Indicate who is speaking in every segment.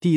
Speaker 1: 第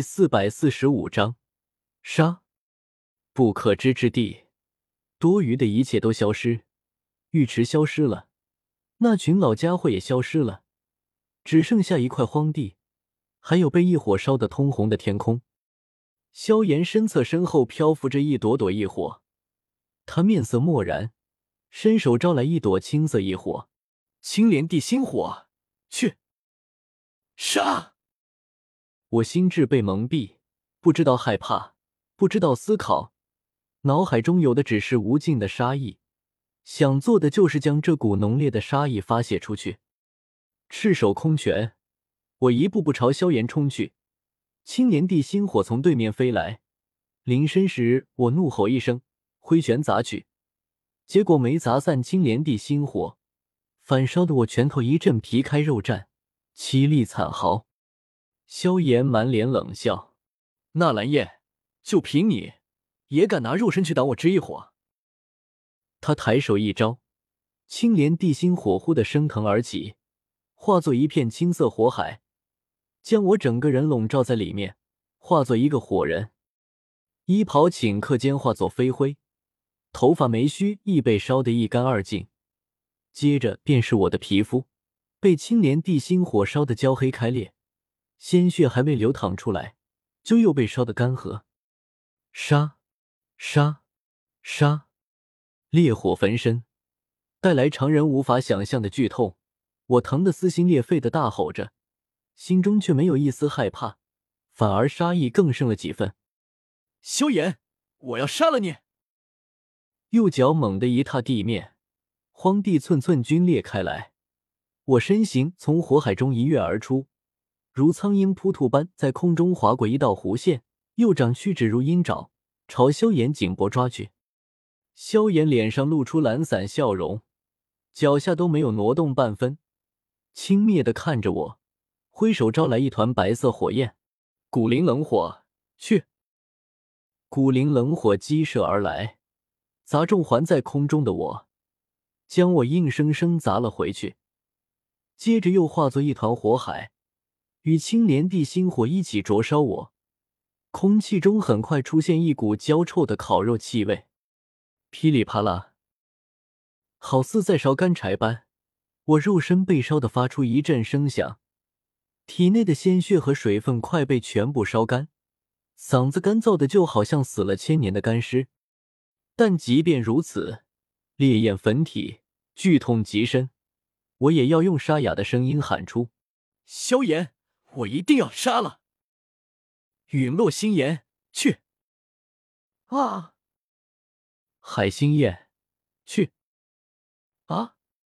Speaker 1: 445章杀。不可知之地，多余的一切都消失，浴池消失了，那群老家伙也消失了，只剩下一块荒地，还有被异火烧得通红的天空。萧炎身侧身后漂浮着一朵朵异火，他面色漠然，伸手招来一朵青色异火。青莲地心火，去！杀！我心智被蒙蔽，不知道害怕，不知道思考，脑海中有的只是无尽的杀意，想做的就是将这股浓烈的杀意发泄出去。赤手空拳，我一步步朝萧炎冲去。青莲地心火从对面飞来，临身时我怒吼一声，挥拳砸去，结果没砸散青莲地心火，反烧得我拳头一阵皮开肉绽，凄厉惨嚎。萧炎满脸冷笑：纳兰叶，就凭你也敢拿肉身去挡我这一火？他抬手一招，青莲地心火忽地升腾而起，化作一片青色火海，将我整个人笼罩在里面，化作一个火人。衣袍顷刻间化作飞灰，头发眉须亦被烧得一干二净，接着便是我的皮肤，被青莲地心火烧得焦黑开裂，鲜血还未流淌出来，就又被烧得干涸。杀！杀！杀！烈火焚身，带来常人无法想象的剧痛，我疼得撕心裂肺的大吼着，心中却没有一丝害怕，反而杀意更盛了几分。萧炎，我要杀了你！右脚猛地一踏地面，荒地寸寸皲裂开来，我身形从火海中一跃而出，如苍鹰扑兔般在空中划过一道弧线，右掌屈指如鹰爪，朝萧炎颈脖抓去。萧炎脸上露出懒散笑容，脚下都没有挪动半分，轻蔑地看着我，挥手招来一团白色火焰，古灵冷火，去！古灵冷火激射而来，砸中还在空中的我，将我硬生生砸了回去，接着又化作一团火海，与青莲地心火一起灼烧我。空气中很快出现一股焦臭的烤肉气味，噼里啪啦，好似在烧干柴般，我肉身被烧得发出一阵声响，体内的鲜血和水分快被全部烧干，嗓子干燥的就好像死了1000年的干尸。但即便如此，烈焰焚体，剧痛极深，我也要用沙哑的声音喊出：萧炎，我一定要杀了！陨落星炎，去！啊！海星焰，去！啊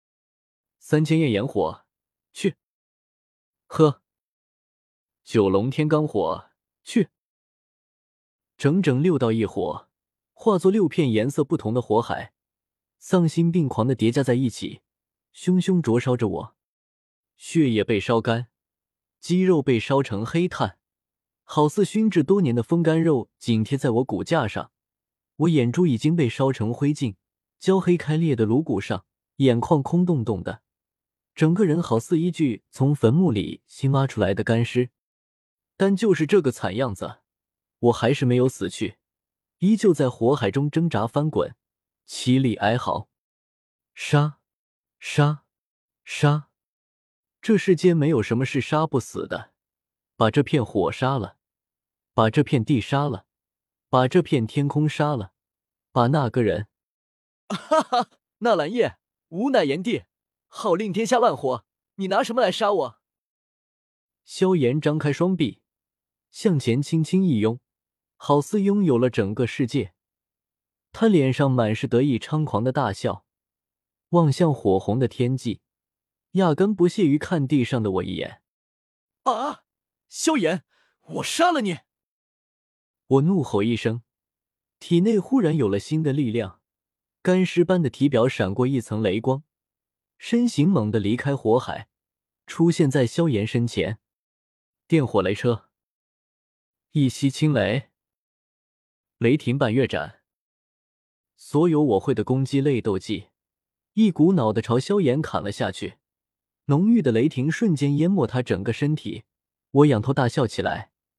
Speaker 1: ！3000焰炎火，去！呵！九龙天罡火，去！整整6道异火，化作6片颜色不同的火海，丧心病狂地叠加在一起，熊熊灼烧着我。血液被烧干，肌肉被烧成黑炭，好似熏制多年的风干肉紧贴在我骨架上。我眼珠已经被烧成灰烬，焦黑开裂的颅骨上，眼眶空洞洞的，整个人好似一具从坟墓里新挖出来的干尸。但就是这个惨样子，我还是没有死去，依旧在火海中挣扎翻滚，凄厉哀嚎。杀！杀！杀！这世间没有什么是杀不死的，把这片火杀了，把这片地杀了，把这片天空杀了，把那个人……哈哈，纳兰叶，吾乃炎帝，号令天下万火，你拿什么来杀我？萧炎张开双臂，向前轻轻一拥，好似拥有了整个世界。他脸上满是得意猖狂的大笑，望向火红的天际，压根不屑于看地上的我一眼。啊！萧炎，我杀了你！我怒吼一声，体内忽然有了新的力量，干尸般的体表闪过一层雷光，身形猛地离开火海，出现在萧炎身前。电火雷车，一息青雷，雷霆半月斩，所有我会的攻击类斗技，一股脑地朝萧炎砍了下去。浓郁的雷霆瞬间淹没他整个身体，我仰头大笑起来，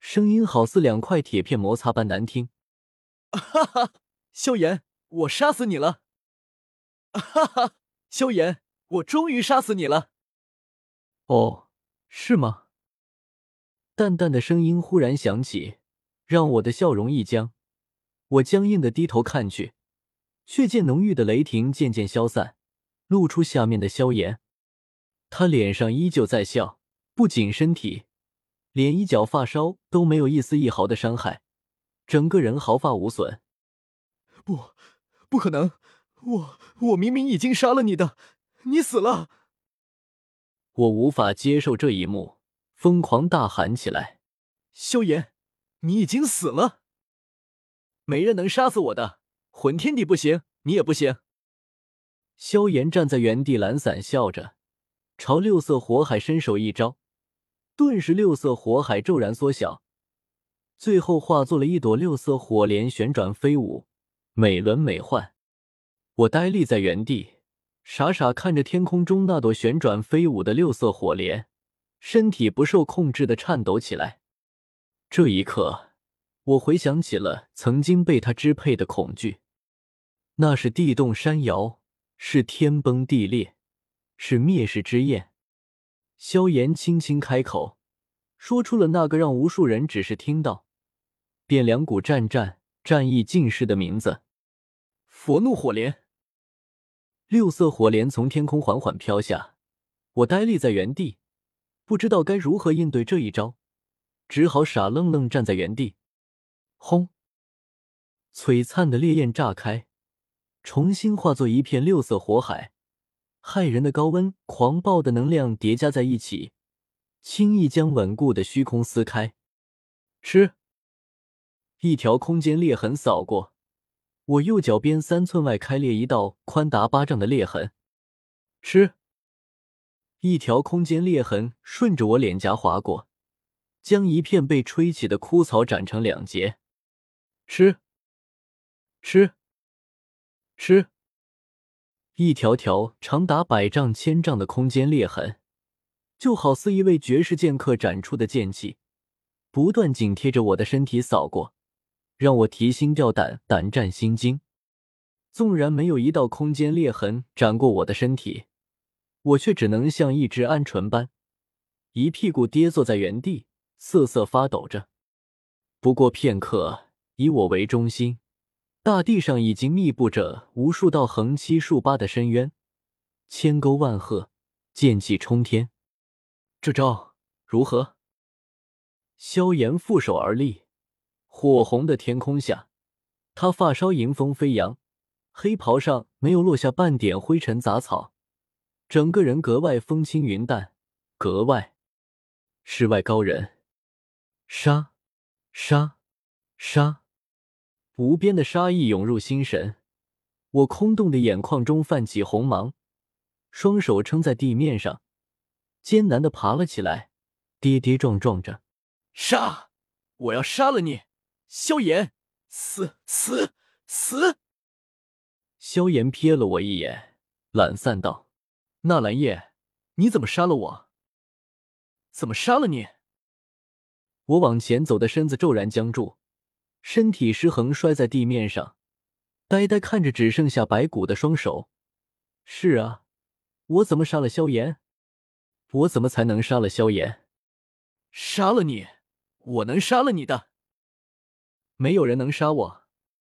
Speaker 1: 声音好似两块铁片摩擦般难听。
Speaker 2: 哈哈，萧炎，我杀死你了！哈哈，萧炎，我终于杀死你了！
Speaker 1: 哦，是吗？淡淡的声音忽然响起，让我的笑容一僵。我僵硬的低头看去，却见浓郁的雷霆渐渐消散，露出下面的萧炎。他脸上依旧在笑，不仅身体，连衣角发梢都没有一丝一毫的伤害，整个人毫发无损。
Speaker 2: 不可能！我明明已经杀了你的，你死了！
Speaker 1: 我无法接受这一幕，疯狂大喊起来：
Speaker 2: 萧炎，你已经死了！没人能杀死我的，魂天帝不行，你也不行。
Speaker 1: 萧炎站在原地懒散笑着，朝六色火海伸手一招，顿时六色火海骤然缩小，最后化作了一朵六色火莲旋转飞舞，美轮美奂。我呆立在原地，傻傻看着天空中那朵旋转飞舞的六色火莲，身体不受控制地颤抖起来。这一刻，我回想起了曾经被它支配的恐惧，那是地动山摇，是天崩地裂，是灭世之焰。萧炎轻轻开口，说出了那个让无数人只是听到便两股战意尽失的名字：
Speaker 2: 佛怒火莲。
Speaker 1: 六色火莲从天空缓缓飘下，我呆立在原地，不知道该如何应对这一招，只好傻愣愣站在原地。轰！璀璨的烈焰炸开，重新化作一片六色火海，骇人的高温，狂暴的能量叠加在一起，轻易将稳固的虚空撕开。吃！一条空间裂痕扫过，我右脚边3寸外开裂一道宽达8丈的裂痕。吃！一条空间裂痕顺着我脸颊划过，将一片被吹起的枯草斩成2截。吃！吃！吃！一条条长达100丈、1000丈的空间裂痕，就好似一位绝世剑客斩出的剑气，不断紧贴着我的身体扫过，让我提心吊胆，胆战心惊。纵然没有一道空间裂痕斩过我的身体，我却只能像一只鹌鹑般，一屁股跌坐在原地，瑟瑟发抖着。不过片刻，以我为中心，大地上已经密布着无数道横七竖八的深渊，千沟万壑，剑气冲天。这招如何？萧炎负手而立，火红的天空下，他发梢迎风飞扬，黑袍上没有落下半点灰尘杂草，整个人格外风轻云淡，格外世外高人。杀！杀！杀！无边的杀意涌入心神，我空洞的眼眶中泛起红芒，双手撑在地面上，艰难地爬了起来，跌跌撞撞着。
Speaker 2: 杀！我要杀了你，萧炎！死！死！死！
Speaker 1: 萧炎瞥了我一眼，懒散道：
Speaker 2: 纳兰叶，你怎么杀了我？怎么杀了你？
Speaker 1: 我往前走的身子骤然僵住，身体失衡摔在地面上，呆呆看着只剩下白骨的双手。是啊，我怎么杀了萧炎？我怎么才能杀了萧炎？
Speaker 2: 杀了你，我能杀了你的。
Speaker 1: 没有人能杀我。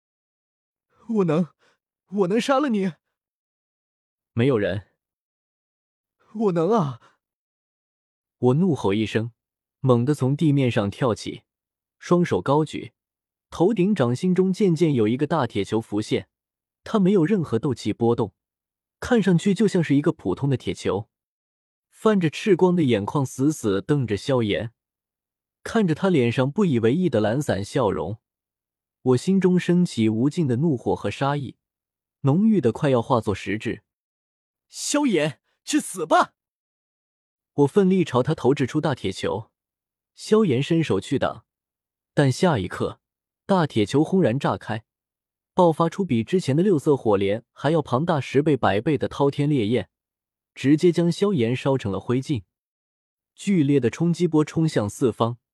Speaker 2: 我能杀了你。
Speaker 1: 没有人。
Speaker 2: 我能啊！
Speaker 1: 我怒吼一声，猛地从地面上跳起，双手高举，头顶掌心中渐渐有一个大铁球浮现，它没有任何斗气波动，看上去就像是一个普通的铁球。泛着赤光的眼眶死死瞪着萧炎，看着他脸上不以为意的懒散笑容，我心中升起无尽的怒火和杀意，浓郁的快要化作实质。
Speaker 2: 萧炎，去死吧！
Speaker 1: 我奋力朝他投掷出大铁球，萧炎伸手去挡，但下一刻，大铁球轰然炸开，爆发出比之前的六色火莲还要庞大10倍100倍的滔天烈焰，直接将萧炎烧成了灰烬。剧烈的冲击波冲向四方，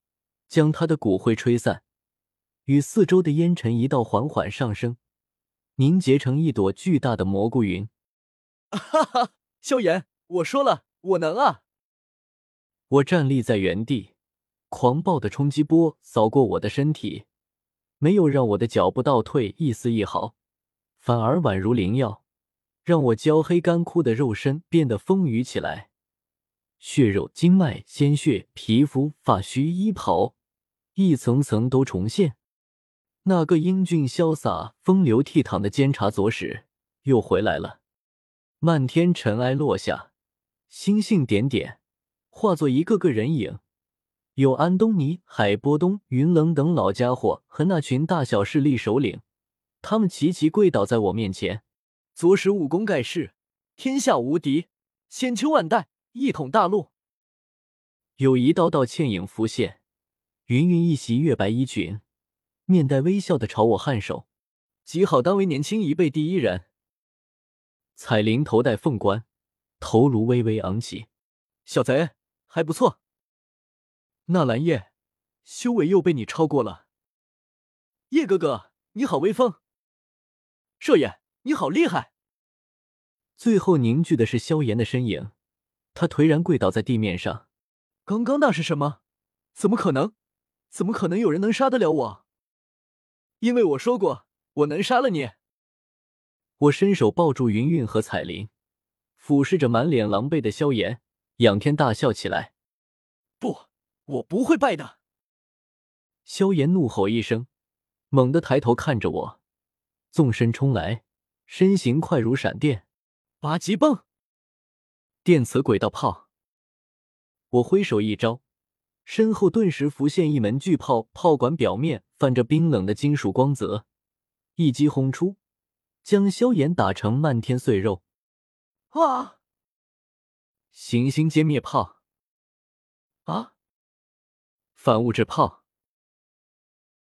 Speaker 1: 将他的骨灰吹散，与四周的烟尘一道缓缓上升，凝结成一朵巨大的蘑菇云。
Speaker 2: 哈哈，萧炎，我说了，我能啊！
Speaker 1: 我站立在原地，狂暴的冲击波扫过我的身体，没有让我的脚步倒退一丝一毫，反而宛如灵药，让我焦黑干枯的肉身变得丰腴起来。血肉、经脉、鲜血、皮肤、发须、衣袍，一层层都重现。那个英俊潇洒、风流倜傥的监察左使又回来了。漫天尘埃落下，星星点点，化作一个个人影。有安东尼、海波东、云冷等老家伙和那群大小势力首领，他们齐齐跪倒在我面前。
Speaker 2: 左使武功盖世，天下无敌，千秋万代，一统大陆。
Speaker 1: 有一道道倩影浮现，云云一袭月白衣裙，面带微笑的朝我颔首。
Speaker 2: 极好，当为年轻一辈第一人。
Speaker 1: 彩铃头戴凤冠，头颅微微昂起。
Speaker 2: 小贼，还不错。纳兰叶，修为又被你超过了。叶哥哥，你好威风。射眼，你好厉害。
Speaker 1: 最后凝聚的是萧炎的身影，他颓然跪倒在地面上。
Speaker 2: 刚刚那是什么？怎么可能？怎么可能有人能杀得了我？因为我说过，我能杀了你。
Speaker 1: 我伸手抱住云韵和彩铃，俯视着满脸狼狈的萧炎，仰天大笑起来。
Speaker 2: 不，我不会败的。
Speaker 1: 萧炎怒吼一声，猛地抬头看着我，纵身冲来，身形快如闪电。
Speaker 2: 八极崩，
Speaker 1: 电磁轨道炮。我挥手一招，身后顿时浮现一门巨炮，炮管表面泛着冰冷的金属光泽，一击轰出，将萧炎打成漫天碎肉。
Speaker 2: 啊！
Speaker 1: 行星歼灭炮。
Speaker 2: 啊！
Speaker 1: 反物质炮。